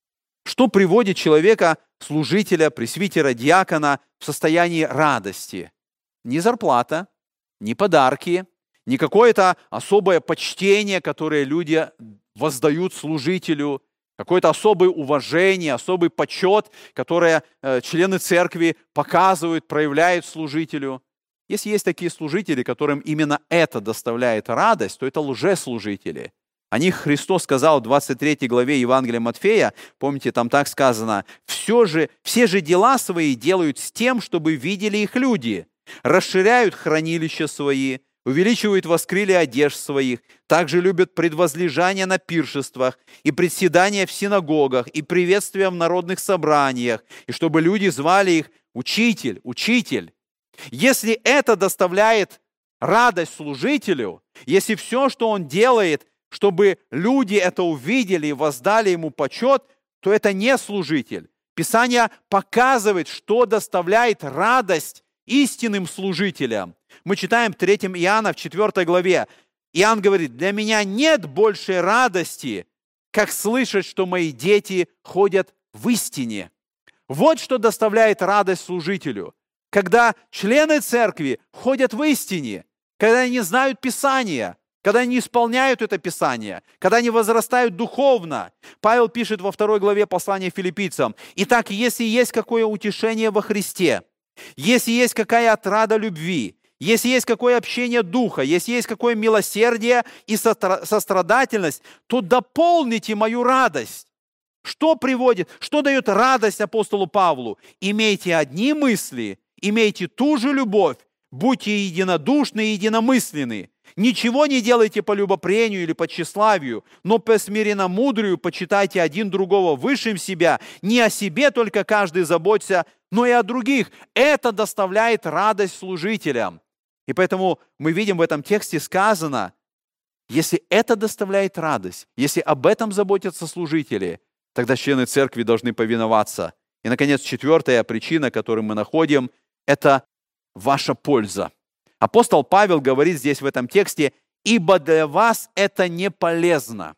Что приводит человека, служителя, пресвитера, диакона в состоянии радости? Не зарплата, не подарки, не какое-то особое почтение, которое люди воздают служителю, какое-то особое уважение, особый почет, которое э, члены церкви показывают, проявляют служителю. Если есть такие служители, которым именно это доставляет радость, то это лжеслужители. О них Христос сказал в двадцать третьей главе Евангелия Матфея, помните, там так сказано, «Все же, все же дела свои делают с тем, чтобы видели их люди, расширяют хранилища свои, увеличивают воскрили одежд своих, также любят предвозлежание на пиршествах и председания в синагогах и приветствия в народных собраниях, и чтобы люди звали их «Учитель, Учитель». Если это доставляет радость служителю, если все, что он делает, чтобы люди это увидели и воздали ему почет, то это не служитель. Писание показывает, что доставляет радость истинным служителям. Мы читаем в третьем Иоанна, в четвёртой главе. Иоанн говорит, «Для меня нет большей радости, как слышать, что мои дети ходят в истине». Вот что доставляет радость служителю. Когда члены церкви ходят в истине, когда они знают Писание, когда они исполняют это Писание, когда они возрастают духовно. Павел пишет во второй главе послания филиппийцам, «Итак, если есть какое утешение во Христе, если есть какая отрада любви, если есть какое общение духа, если есть какое милосердие и сострадательность, то дополните мою радость». Что приводит, что дает радость апостолу Павлу? «Имейте одни мысли, имейте ту же любовь, будьте единодушны и единомысленны. Ничего не делайте по любопрению или по тщеславию, но по смиренномудрию почитайте один другого высшим себя, не о себе только каждый заботься, но и о других». Это доставляет радость служителям. И поэтому мы видим в этом тексте сказано, если это доставляет радость, если об этом заботятся служители, тогда члены церкви должны повиноваться. И, наконец, четвертая причина, которую мы находим, это ваша польза. Апостол Павел говорит здесь в этом тексте, «Ибо для вас это не полезно».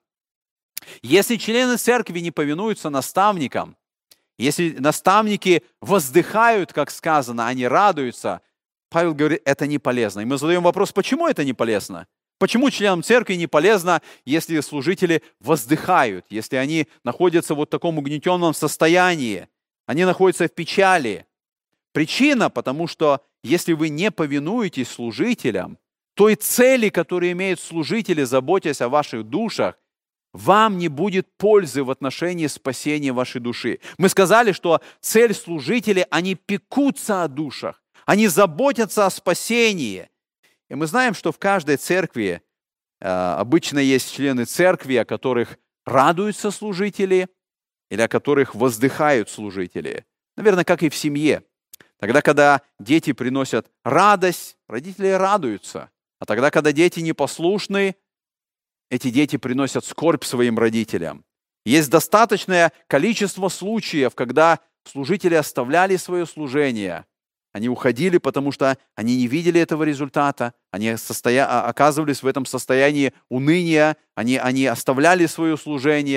Если члены церкви не повинуются наставникам, если наставники воздыхают, как сказано, они радуются, Павел говорит, это не полезно. И мы задаем вопрос, почему это не полезно? Почему членам церкви не полезно, если служители воздыхают, если они находятся вот в таком угнетенном состоянии, они находятся в печали? Причина, потому что если вы не повинуетесь служителям, той цели, которую имеют служители, заботясь о ваших душах, вам не будет пользы в отношении спасения вашей души. Мы сказали, что цель служителей, они пекутся о душах, они заботятся о спасении. И мы знаем, что в каждой церкви э, обычно есть члены церкви, о которых радуются служители или о которых воздыхают служители. Наверное, как и в семье. Тогда, когда дети приносят радость, родители радуются. А тогда, когда дети непослушны, эти дети приносят скорбь своим родителям. Есть достаточное количество случаев, когда служители оставляли свое служение. Они уходили, потому что они не видели этого результата. Они состоя... оказывались в этом состоянии уныния. Они, они оставляли свое служение.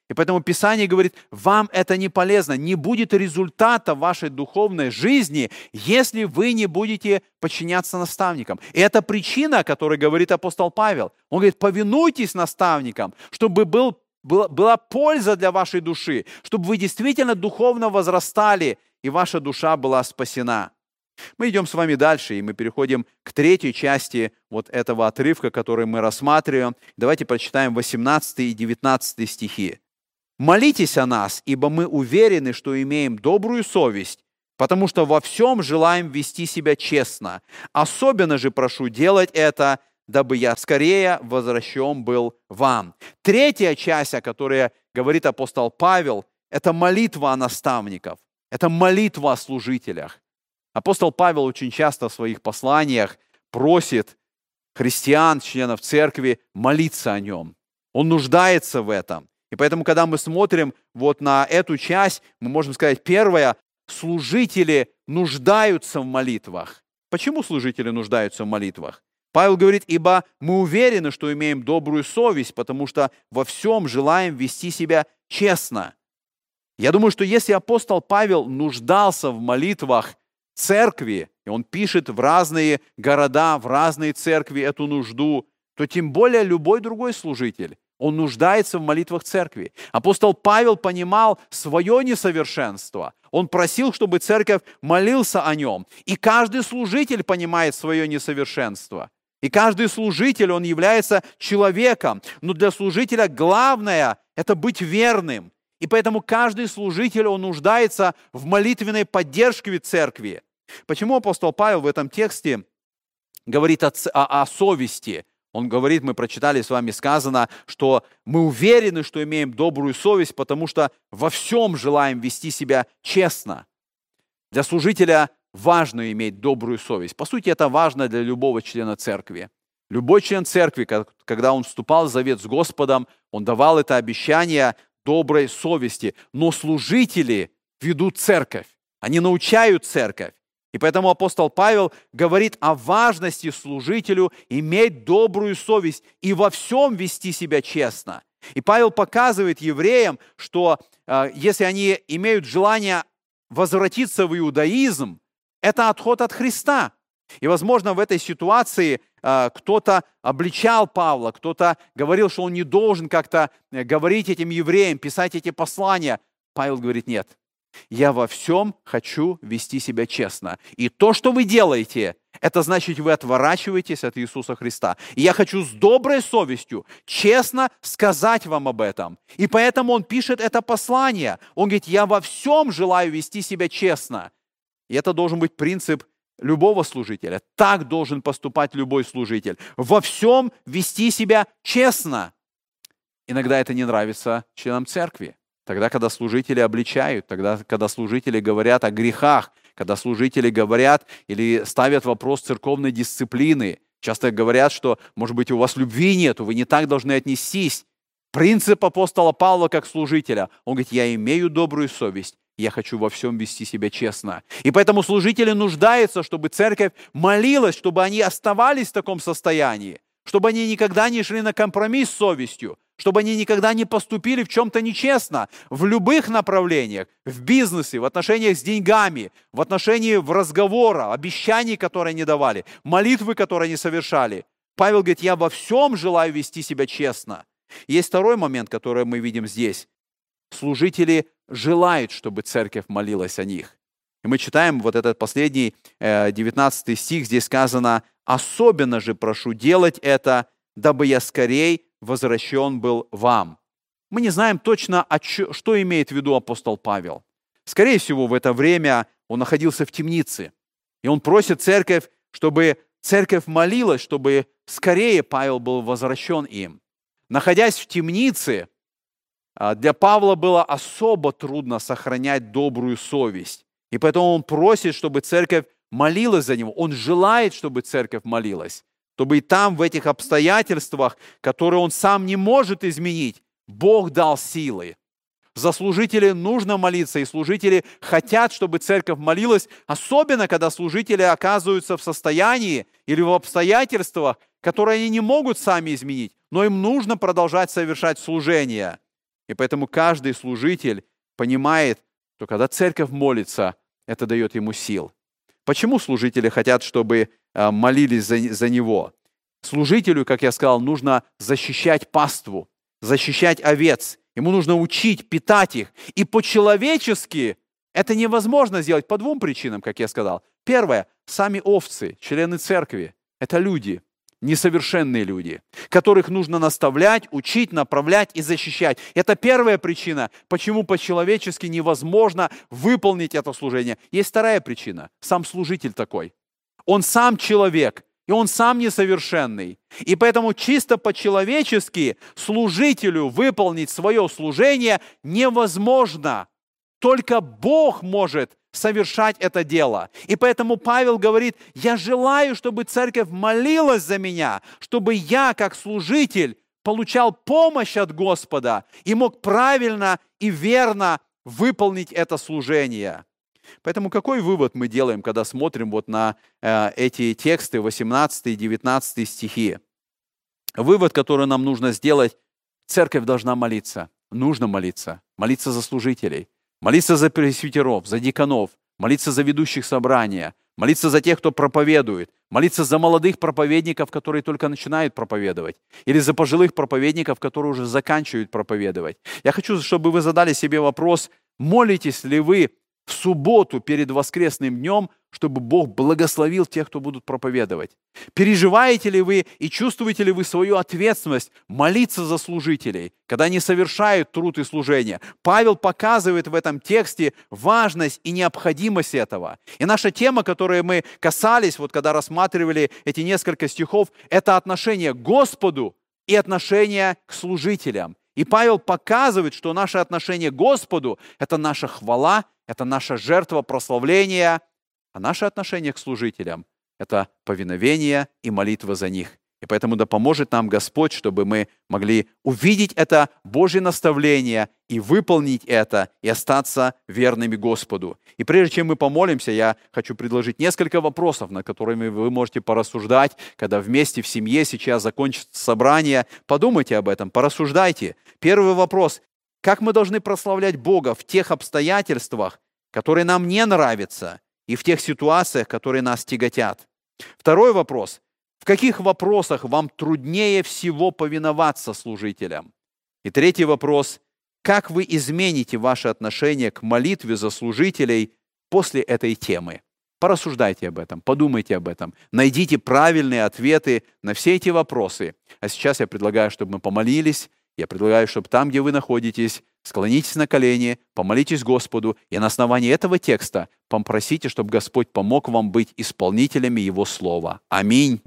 И поэтому Писание говорит, вам это не полезно, не будет результата вашей духовной жизни, если вы не будете подчиняться наставникам. И это причина, о которой говорит апостол Павел. Он говорит, повинуйтесь наставникам, чтобы был, была, была польза для вашей души, чтобы вы действительно духовно возрастали, и ваша душа была спасена. Мы идем с вами дальше, и мы переходим к третьей части вот этого отрывка, который мы рассматриваем. Давайте прочитаем восемнадцатый и девятнадцатый стихи. «Молитесь о нас, ибо мы уверены, что имеем добрую совесть, потому что во всем желаем вести себя честно. Особенно же прошу делать это, дабы я скорее возвращен был вам». Третья часть, о которой говорит апостол Павел, это молитва о наставниках, это молитва о служителях. Апостол Павел очень часто в своих посланиях просит христиан, членов церкви, молиться о нем. Он нуждается в этом. И поэтому, когда мы смотрим вот на эту часть, мы можем сказать, первое, служители нуждаются в молитвах. Почему служители нуждаются в молитвах? Павел говорит, ибо мы уверены, что имеем добрую совесть, потому что во всем желаем вести себя честно. Я думаю, что если апостол Павел нуждался в молитвах церкви, и он пишет в разные города, в разные церкви эту нужду, то тем более любой другой служитель, он нуждается в молитвах церкви. Апостол Павел понимал свое несовершенство. Он просил, чтобы церковь молился о нем. И каждый служитель понимает свое несовершенство. И каждый служитель, он является человеком. Но для служителя главное – это быть верным. И поэтому каждый служитель, он нуждается в молитвенной поддержке церкви. Почему апостол Павел в этом тексте говорит о, о, о совести? Он говорит, мы прочитали с вами, сказано, что мы уверены, что имеем добрую совесть, потому что во всем желаем вести себя честно. Для служителя важно иметь добрую совесть. По сути, это важно для любого члена церкви. Любой член церкви, когда он вступал в завет с Господом, он давал это обещание доброй совести. Но служители ведут церковь, они научают церковь. И поэтому апостол Павел говорит о важности служителю иметь добрую совесть и во всем вести себя честно. И Павел показывает евреям, что э, если они имеют желание возвратиться в иудаизм, это отход от Христа. И, возможно, в этой ситуации э, кто-то обличал Павла, кто-то говорил, что он не должен как-то говорить этим евреям, писать эти послания. Павел говорит, нет. Я во всем хочу вести себя честно. И то, что вы делаете, это значит, вы отворачиваетесь от Иисуса Христа. И я хочу с доброй совестью, честно сказать вам об этом. И поэтому он пишет это послание. Он говорит, я во всем желаю вести себя честно. И это должен быть принцип любого служителя. Так должен поступать любой служитель. Во всем вести себя честно. Иногда это не нравится членам церкви. Тогда, когда служители обличают, тогда, когда служители говорят о грехах, когда служители говорят или ставят вопрос церковной дисциплины, часто говорят, что, может быть, у вас любви нету, вы не так должны отнестись. Принцип апостола Павла как служителя, он говорит, я имею добрую совесть, я хочу во всем вести себя честно. И поэтому служители нуждаются, чтобы церковь молилась, чтобы они оставались в таком состоянии, чтобы они никогда не шли на компромисс с совестью, чтобы они никогда не поступили в чем-то нечестно, в любых направлениях, в бизнесе, в отношениях с деньгами, в отношении в разговора, обещаний, которые они давали, молитвы, которые они совершали. Павел говорит, я во всем желаю вести себя честно. Есть второй момент, который мы видим здесь. Служители желают, чтобы церковь молилась о них. И мы читаем вот этот последний девятнадцатый стих, здесь сказано, «Особенно же прошу делать это, дабы я скорей возвращен был вам». Мы не знаем точно, что имеет в виду апостол Павел. Скорее всего, в это время он находился в темнице. И он просит церковь, чтобы церковь молилась, чтобы скорее Павел был возвращен им. Находясь в темнице, для Павла было особо трудно сохранять добрую совесть. И поэтому он просит, чтобы церковь молилась за него. Он желает, чтобы церковь молилась. Чтобы и там, в этих обстоятельствах, которые он сам не может изменить, Бог дал силы. За служителей нужно молиться, и служители хотят, чтобы церковь молилась, особенно когда служители оказываются в состоянии или в обстоятельствах, которые они не могут сами изменить, но им нужно продолжать совершать служение. И поэтому каждый служитель понимает, что когда церковь молится, это дает ему сил. Почему служители хотят, чтобы молились за, за него? Служителю, как я сказал, нужно защищать паству, защищать овец. Ему нужно учить, питать их. И по-человечески это невозможно сделать по двум причинам, как я сказал. Первое, сами овцы, члены церкви, это люди, несовершенные люди, которых нужно наставлять, учить, направлять и защищать. Это первая причина, почему по-человечески невозможно выполнить это служение. Есть вторая причина, сам служитель такой. Он сам человек, и он сам несовершенный. И поэтому чисто по-человечески служителю выполнить свое служение невозможно. Только Бог может совершать это дело. И поэтому Павел говорит, я желаю, чтобы церковь молилась за меня, чтобы я, как служитель, получал помощь от Господа и мог правильно и верно выполнить это служение. Поэтому какой вывод мы делаем, когда смотрим вот на э, эти тексты, восемнадцатый и девятнадцатый стихи? Вывод, который нам нужно сделать, церковь должна молиться, нужно молиться, молиться за служителей, молиться за пресвитеров, за диканов, молиться за ведущих собрания, молиться за тех, кто проповедует, молиться за молодых проповедников, которые только начинают проповедовать, или за пожилых проповедников, которые уже заканчивают проповедовать. Я хочу, чтобы вы задали себе вопрос, молитесь ли вы в субботу перед воскресным днем, чтобы Бог благословил тех, кто будут проповедовать? Переживаете ли вы и чувствуете ли вы свою ответственность молиться за служителей, когда они совершают труд и служение? Павел показывает в этом тексте важность и необходимость этого. И наша тема, которой мы касались, вот когда рассматривали эти несколько стихов, это отношение к Господу и отношение к служителям. И Павел показывает, что наше отношение к Господу – это наша хвала, это наша жертва прославления, а наше отношение к служителям – это повиновение и молитва за них. И поэтому да поможет нам Господь, чтобы мы могли увидеть это Божье наставление и выполнить это, и остаться верными Господу. И прежде чем мы помолимся, я хочу предложить несколько вопросов, над которыми вы можете порассуждать, когда вместе в семье сейчас закончится собрание. Подумайте об этом, порассуждайте. Первый вопрос. Как мы должны прославлять Бога в тех обстоятельствах, которые нам не нравятся, и в тех ситуациях, которые нас тяготят? Второй вопрос. В каких вопросах вам труднее всего повиноваться служителям? И третий вопрос. Как вы измените ваше отношение к молитве за служителей после этой темы? Порассуждайте об этом, подумайте об этом, найдите правильные ответы на все эти вопросы. А сейчас я предлагаю, чтобы мы помолились. Я предлагаю, чтобы там, где вы находитесь, склонитесь на колени, помолитесь Господу, и на основании этого текста попросите, чтобы Господь помог вам быть исполнителями Его Слова. Аминь.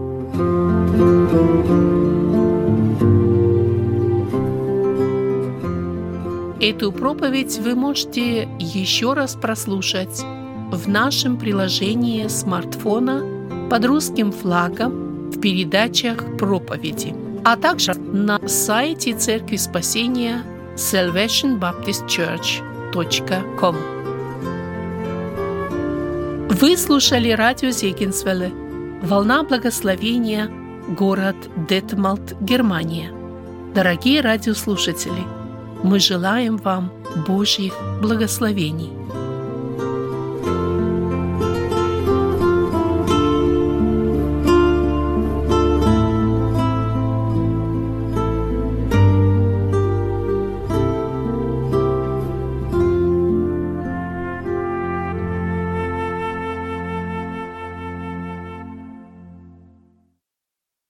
Эту проповедь вы можете еще раз прослушать в нашем приложении смартфона под русским флагом в передачах проповеди, а также на сайте Церкви Спасения salvation baptist church точка ком. Вы слушали радио Зегенсвелле, «Волна благословения», город Детмалт, Германия. Дорогие радиослушатели, мы желаем вам Божьих благословений.